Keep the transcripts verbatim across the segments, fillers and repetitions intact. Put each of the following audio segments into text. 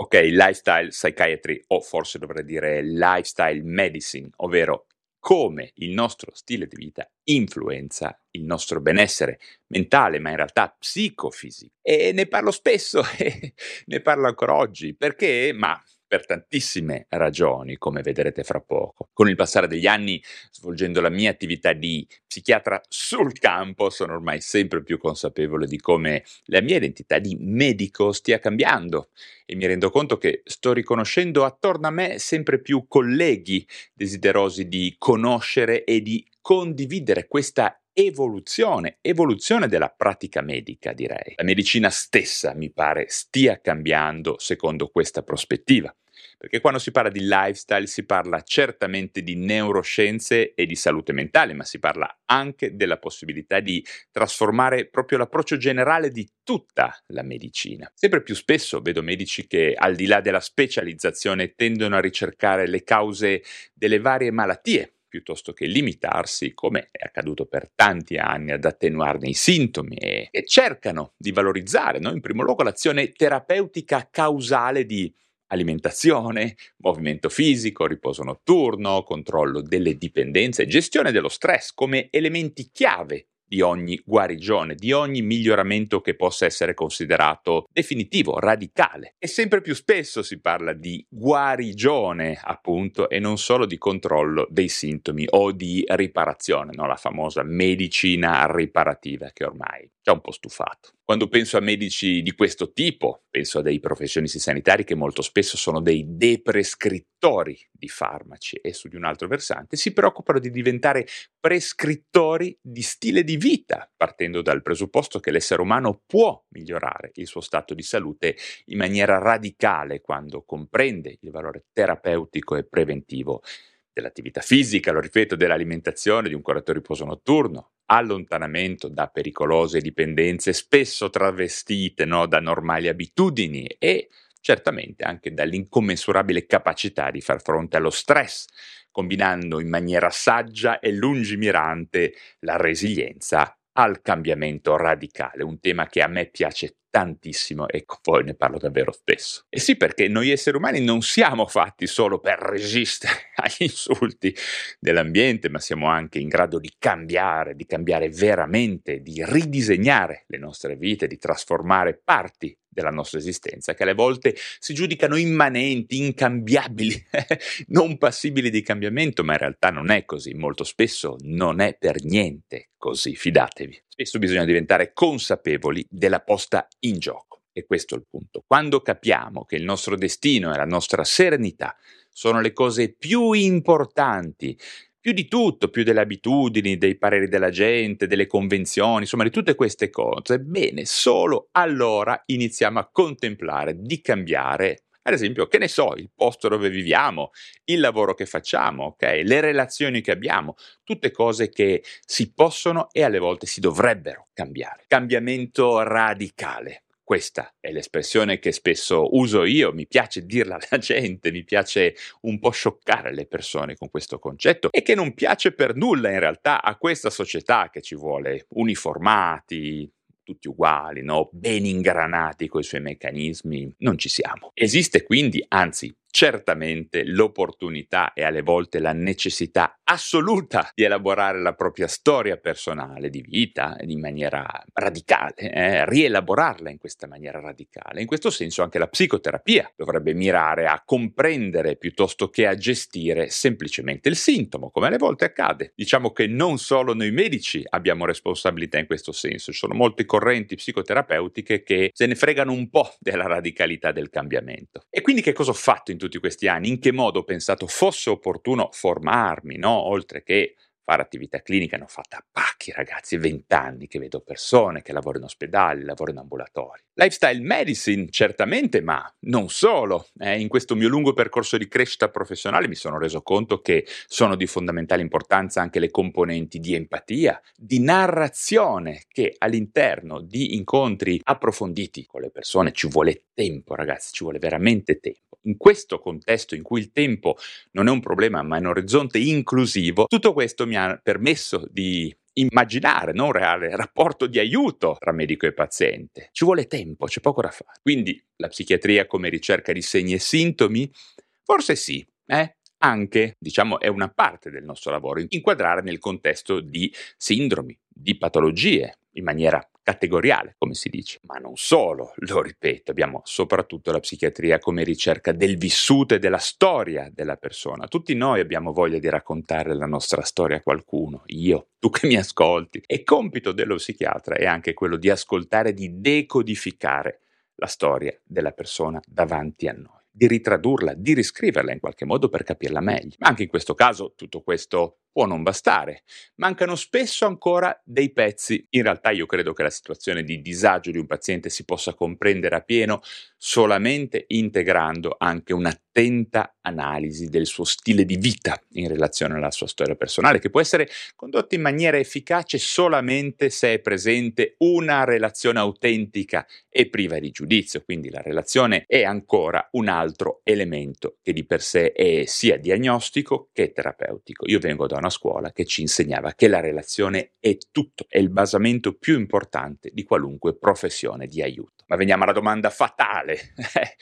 Ok, lifestyle psychiatry, o forse dovrei dire lifestyle medicine, ovvero come il nostro stile di vita influenza il nostro benessere mentale, ma in realtà psicofisico. E ne parlo spesso e ne parlo ancora oggi. Perché? Ma per tantissime ragioni, come vedrete fra poco. Con il passare degli anni, svolgendo la mia attività di psichiatra sul campo, sono ormai sempre più consapevole di come la mia identità di medico stia cambiando e mi rendo conto che sto riconoscendo attorno a me sempre più colleghi desiderosi di conoscere e di condividere questa evoluzione, evoluzione della pratica medica, direi. La medicina stessa, mi pare, stia cambiando secondo questa prospettiva. Perché quando si parla di lifestyle si parla certamente di neuroscienze e di salute mentale, ma si parla anche della possibilità di trasformare proprio l'approccio generale di tutta la medicina. Sempre più spesso vedo medici che, al di là della specializzazione, tendono a ricercare le cause delle varie malattie, piuttosto che limitarsi, come è accaduto per tanti anni, ad attenuarne i sintomi e, e cercano di valorizzare, no? In primo luogo l'azione terapeutica causale di alimentazione, movimento fisico, riposo notturno, controllo delle dipendenze, gestione dello stress come elementi chiave di ogni guarigione, di ogni miglioramento che possa essere considerato definitivo, radicale. E sempre più spesso si parla di guarigione, appunto, e non solo di controllo dei sintomi o di riparazione, no? La famosa medicina riparativa che ormai ci ha un po' stufato. Quando penso a medici di questo tipo, penso a dei professionisti sanitari che molto spesso sono dei deprescrittori di farmaci e su di un altro versante si preoccupano di diventare prescrittori di stile di vita, partendo dal presupposto che l'essere umano può migliorare il suo stato di salute in maniera radicale quando comprende il valore terapeutico e preventivo dell'attività fisica, lo ripeto, dell'alimentazione, di un corretto riposo notturno, allontanamento da pericolose dipendenze spesso travestite, no, da normali abitudini e certamente anche dall'incommensurabile capacità di far fronte allo stress, combinando in maniera saggia e lungimirante la resilienza al cambiamento radicale, un tema che a me piace tantissimo e con voi ne parlo davvero spesso. E sì, perché noi esseri umani non siamo fatti solo per resistere agli insulti dell'ambiente, ma siamo anche in grado di cambiare, di cambiare veramente, di ridisegnare le nostre vite, di trasformare parti della nostra esistenza che alle volte si giudicano immanenti, incambiabili, non passibili di cambiamento, ma in realtà non è così, molto spesso non è per niente così, fidatevi. Spesso bisogna diventare consapevoli della posta in gioco e questo è il punto. Quando capiamo che il nostro destino e la nostra serenità sono le cose più importanti, più di tutto, più delle abitudini, dei pareri della gente, delle convenzioni, insomma di tutte queste cose, bene, solo allora iniziamo a contemplare di cambiare, ad esempio, che ne so, il posto dove viviamo, il lavoro che facciamo, ok? Le relazioni che abbiamo, tutte cose che si possono e alle volte si dovrebbero cambiare. Cambiamento radicale. Questa è l'espressione che spesso uso io, mi piace dirla alla gente, mi piace un po' scioccare le persone con questo concetto e che non piace per nulla in realtà a questa società che ci vuole uniformati, tutti uguali, no? Ben ingranati coi suoi meccanismi, non ci siamo. Esiste quindi, anzi, certamente l'opportunità e alle volte la necessità assoluta di elaborare la propria storia personale di vita in maniera radicale, eh? rielaborarla in questa maniera radicale. In questo senso anche la psicoterapia dovrebbe mirare a comprendere piuttosto che a gestire semplicemente il sintomo, come alle volte accade. Diciamo che non solo noi medici abbiamo responsabilità in questo senso, ci sono molte correnti psicoterapeutiche che se ne fregano un po' della radicalità del cambiamento. E quindi che cosa ho fatto in tutti questi anni? In che modo ho pensato fosse opportuno formarmi, no? Oltre che fare attività clinica, ne ho fatta pacchi ragazzi, vent'anni che vedo persone che lavorano in ospedali, lavorano in ambulatori. Lifestyle medicine certamente, ma non solo. Eh, in questo mio lungo percorso di crescita professionale mi sono reso conto che sono di fondamentale importanza anche le componenti di empatia, di narrazione, che all'interno di incontri approfonditi con le persone ci vuole tempo ragazzi, ci vuole veramente tempo. In questo contesto in cui il tempo non è un problema ma è un orizzonte inclusivo, tutto questo mi ha permesso di immaginare, no, un reale rapporto di aiuto tra medico e paziente. Ci vuole tempo, c'è poco da fare. Quindi la psichiatria come ricerca di segni e sintomi? Forse sì, eh? Anche, diciamo, è una parte del nostro lavoro, inquadrare nel contesto di sindromi, di patologie, in maniera categoriale, come si dice. Ma non solo, lo ripeto, abbiamo soprattutto la psichiatria come ricerca del vissuto e della storia della persona. Tutti noi abbiamo voglia di raccontare la nostra storia a qualcuno, io, tu che mi ascolti. E compito dello psichiatra è anche quello di ascoltare, di decodificare la storia della persona davanti a noi, di ritradurla, di riscriverla in qualche modo per capirla meglio. Ma anche in questo caso tutto questo può non bastare. Mancano spesso ancora dei pezzi. In realtà io credo che la situazione di disagio di un paziente si possa comprendere appieno solamente integrando anche un'attenta analisi del suo stile di vita in relazione alla sua storia personale, che può essere condotta in maniera efficace solamente se è presente una relazione autentica e priva di giudizio. Quindi la relazione è ancora un altro elemento che di per sé è sia diagnostico che terapeutico. Io vengo da una scuola che ci insegnava che la relazione è tutto, è il basamento più importante di qualunque professione di aiuto. Ma veniamo alla domanda fatale,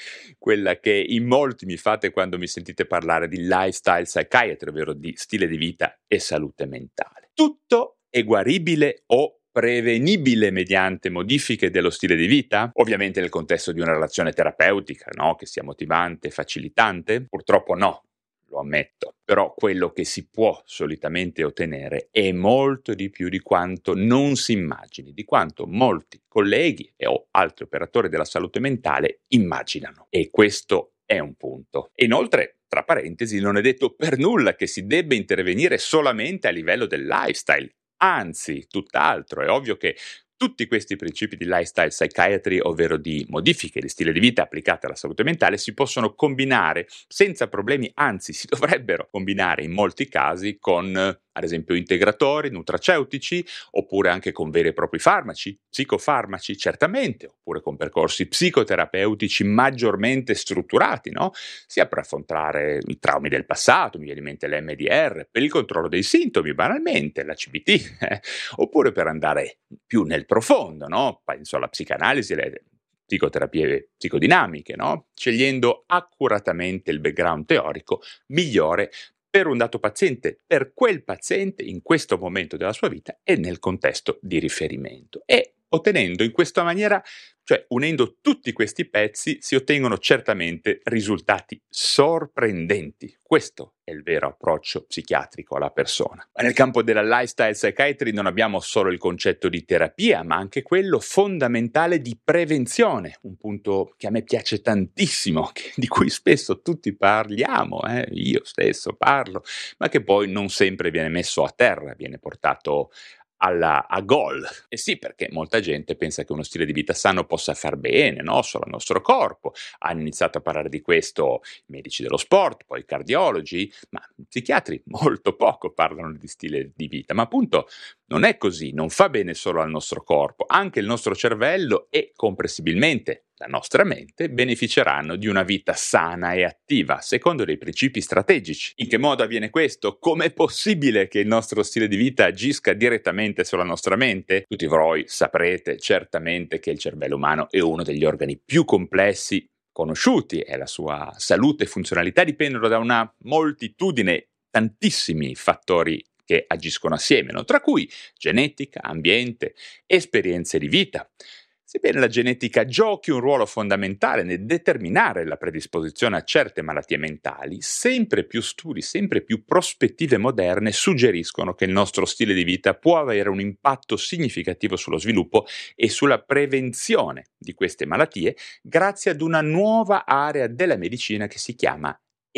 quella che in molti mi fate quando mi sentite parlare di lifestyle psychiatry, ovvero di stile di vita e salute mentale. Tutto è guaribile o prevenibile mediante modifiche dello stile di vita? Ovviamente nel contesto di una relazione terapeutica, no? Che sia motivante, facilitante? Purtroppo no, lo ammetto. Però quello che si può solitamente ottenere è molto di più di quanto non si immagini, di quanto molti colleghi e o altri operatori della salute mentale immaginano. E questo è un punto. E inoltre, tra parentesi, non è detto per nulla che si debba intervenire solamente a livello del lifestyle. Anzi, tutt'altro, è ovvio che tutti questi principi di lifestyle psychiatry, ovvero di modifiche di stile di vita applicate alla salute mentale, si possono combinare senza problemi, anzi si dovrebbero combinare in molti casi con, ad esempio, integratori nutraceutici, oppure anche con veri e propri farmaci, psicofarmaci, certamente, oppure con percorsi psicoterapeutici maggiormente strutturati, no? Sia per affrontare i traumi del passato, mi viene in mente l'M D R, per il controllo dei sintomi, banalmente, la C B T, eh, oppure per andare più nel profondo, no? Penso alla psicanalisi, le psicoterapie psicodinamiche, no? Scegliendo accuratamente il background teorico migliore per un dato paziente, per quel paziente in questo momento della sua vita e nel contesto di riferimento. E ottenendo in questa maniera, cioè unendo tutti questi pezzi, si ottengono certamente risultati sorprendenti. Questo è il vero approccio psichiatrico alla persona. Ma nel campo della lifestyle psychiatry non abbiamo solo il concetto di terapia, ma anche quello fondamentale di prevenzione, un punto che a me piace tantissimo, che, di cui spesso tutti parliamo, eh? Io stesso parlo, ma che poi non sempre viene messo a terra, viene portato alla, a gol. E sì, perché molta gente pensa che uno stile di vita sano possa far bene, no? Solo al nostro corpo. Hanno iniziato a parlare di questo i medici dello sport, poi i cardiologi, ma i psichiatri molto poco parlano di stile di vita. Ma appunto non è così, non fa bene solo al nostro corpo, anche il nostro cervello e comprensibilmente la nostra mente beneficeranno di una vita sana e attiva, secondo dei principi strategici. In che modo avviene questo? Com'è possibile che il nostro stile di vita agisca direttamente sulla nostra mente? Tutti voi saprete certamente che il cervello umano è uno degli organi più complessi conosciuti e la sua salute e funzionalità dipendono da una moltitudine, tantissimi fattori che agiscono assieme, no? Tra cui genetica, ambiente, esperienze di vita. Sebbene la genetica giochi un ruolo fondamentale nel determinare la predisposizione a certe malattie mentali, sempre più studi, sempre più prospettive moderne suggeriscono che il nostro stile di vita può avere un impatto significativo sullo sviluppo e sulla prevenzione di queste malattie grazie ad una nuova area della medicina che si chiama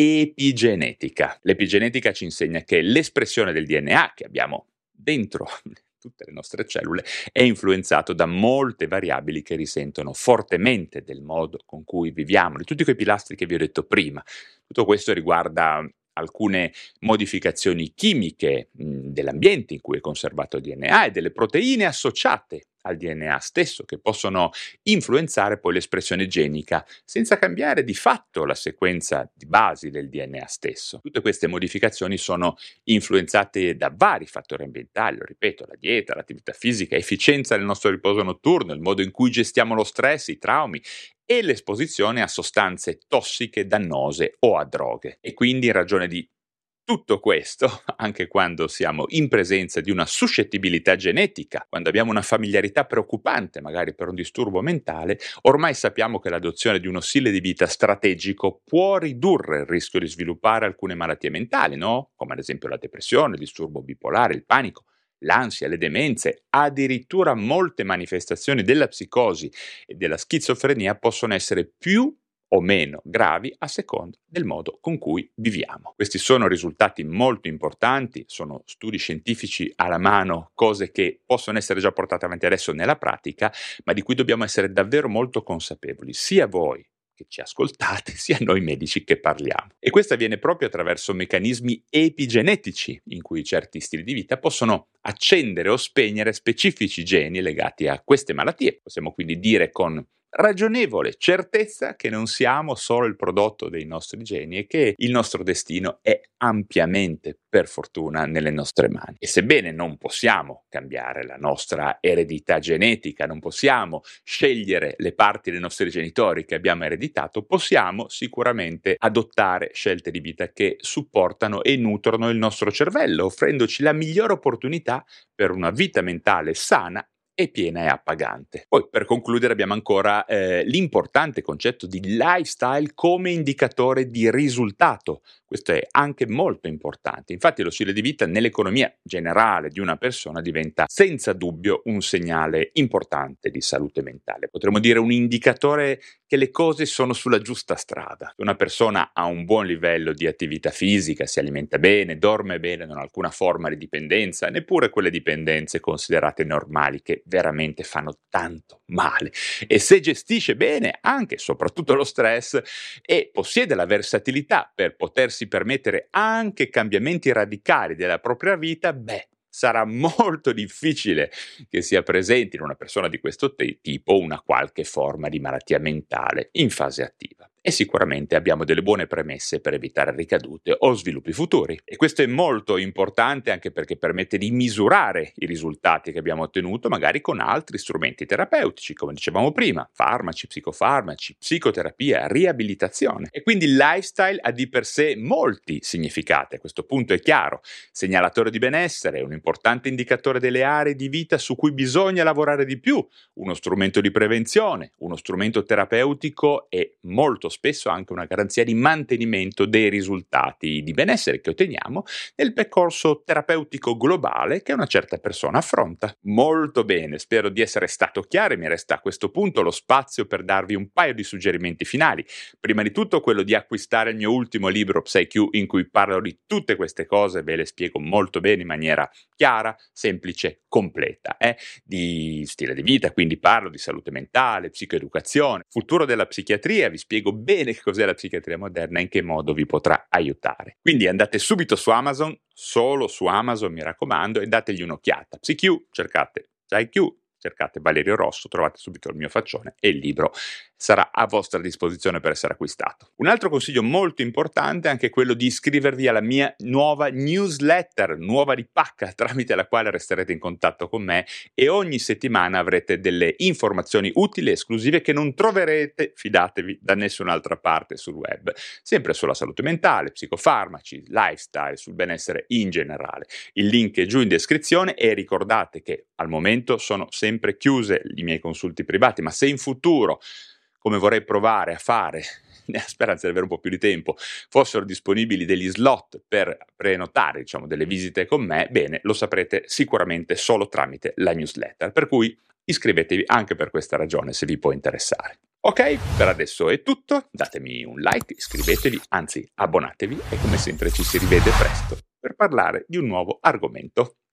epigenetica. L'epigenetica ci insegna che l'espressione del D N A che abbiamo dentro tutte le nostre cellule è influenzato da molte variabili che risentono fortemente del modo con cui viviamo, di tutti quei pilastri che vi ho detto prima. Tutto questo riguarda alcune modificazioni chimiche mh, dell'ambiente in cui è conservato il D N A e delle proteine associate al D N A stesso, che possono influenzare poi l'espressione genica, senza cambiare di fatto la sequenza di basi del D N A stesso. Tutte queste modificazioni sono influenzate da vari fattori ambientali, lo ripeto, la dieta, l'attività fisica, efficienza del nostro riposo notturno, il modo in cui gestiamo lo stress, i traumi e l'esposizione a sostanze tossiche, dannose o a droghe. E quindi in ragione di tutto questo, anche quando siamo in presenza di una suscettibilità genetica, quando abbiamo una familiarità preoccupante, magari per un disturbo mentale, ormai sappiamo che l'adozione di uno stile di vita strategico può ridurre il rischio di sviluppare alcune malattie mentali, no? Come ad esempio la depressione, il disturbo bipolare, il panico, l'ansia, le demenze, addirittura molte manifestazioni della psicosi e della schizofrenia possono essere più o meno gravi a seconda del modo con cui viviamo. Questi sono risultati molto importanti, sono studi scientifici alla mano, cose che possono essere già portate avanti adesso nella pratica, ma di cui dobbiamo essere davvero molto consapevoli, sia voi che ci ascoltate, sia noi medici che parliamo. E questo avviene proprio attraverso meccanismi epigenetici, in cui certi stili di vita possono accendere o spegnere specifici geni legati a queste malattie. Possiamo quindi dire con ragionevole certezza che non siamo solo il prodotto dei nostri geni e che il nostro destino è ampiamente, per fortuna, nelle nostre mani. E sebbene non possiamo cambiare la nostra eredità genetica, non possiamo scegliere le parti dei nostri genitori che abbiamo ereditato, possiamo sicuramente adottare scelte di vita che supportano e nutrono il nostro cervello, offrendoci la migliore opportunità per una vita mentale sana e piena e appagante. Poi, per concludere, abbiamo ancora eh, l'importante concetto di lifestyle come indicatore di risultato. Questo è anche molto importante. Infatti lo stile di vita nell'economia generale di una persona diventa senza dubbio un segnale importante di salute mentale. Potremmo dire un indicatore che le cose sono sulla giusta strada. Se una persona ha un buon livello di attività fisica, si alimenta bene, dorme bene, non ha alcuna forma di dipendenza, neppure quelle dipendenze considerate normali che veramente fanno tanto male. E se gestisce bene anche e soprattutto lo stress e possiede la versatilità per potersi permettere anche cambiamenti radicali della propria vita, beh, sarà molto difficile che sia presente in una persona di questo te- tipo una qualche forma di malattia mentale in fase attiva. E sicuramente abbiamo delle buone premesse per evitare ricadute o sviluppi futuri. E questo è molto importante anche perché permette di misurare i risultati che abbiamo ottenuto magari con altri strumenti terapeutici, come dicevamo prima, farmaci, psicofarmaci, psicoterapia, riabilitazione. E quindi il lifestyle ha di per sé molti significati, a questo punto è chiaro. Segnalatore di benessere, un importante indicatore delle aree di vita su cui bisogna lavorare di più, uno strumento di prevenzione, uno strumento terapeutico e molto spesso anche una garanzia di mantenimento dei risultati di benessere che otteniamo nel percorso terapeutico globale che una certa persona affronta. Molto bene, spero di essere stato chiaro e mi resta a questo punto lo spazio per darvi un paio di suggerimenti finali. Prima di tutto quello di acquistare il mio ultimo libro PsyQ in cui parlo di tutte queste cose, ve le spiego molto bene in maniera chiara, semplice, completa, eh? Di stile di vita, quindi parlo di salute mentale, psicoeducazione, futuro della psichiatria, vi spiego bene che cos'è la psichiatria moderna e in che modo vi potrà aiutare. Quindi andate subito su Amazon, solo su Amazon mi raccomando, e dategli un'occhiata. PsyQ, cercate PsyQ, cercate Valerio Rosso, trovate subito il mio faccione e il libro sarà a vostra disposizione per essere acquistato. Un altro consiglio molto importante è anche quello di iscrivervi alla mia nuova newsletter, nuova di pacca, tramite la quale resterete in contatto con me e ogni settimana avrete delle informazioni utili e esclusive che non troverete, fidatevi, da nessun'altra parte sul web, sempre sulla salute mentale, psicofarmaci, lifestyle, sul benessere in generale. Il link è giù in descrizione e ricordate che al momento sono sempre chiuse i miei consulti privati, ma se in futuro, come vorrei provare a fare, nella speranza di avere un po' più di tempo, fossero disponibili degli slot per prenotare, diciamo, delle visite con me, bene, lo saprete sicuramente solo tramite la newsletter, per cui iscrivetevi anche per questa ragione se vi può interessare. Ok, per adesso è tutto, datemi un like, iscrivetevi, anzi abbonatevi e come sempre ci si rivede presto per parlare di un nuovo argomento.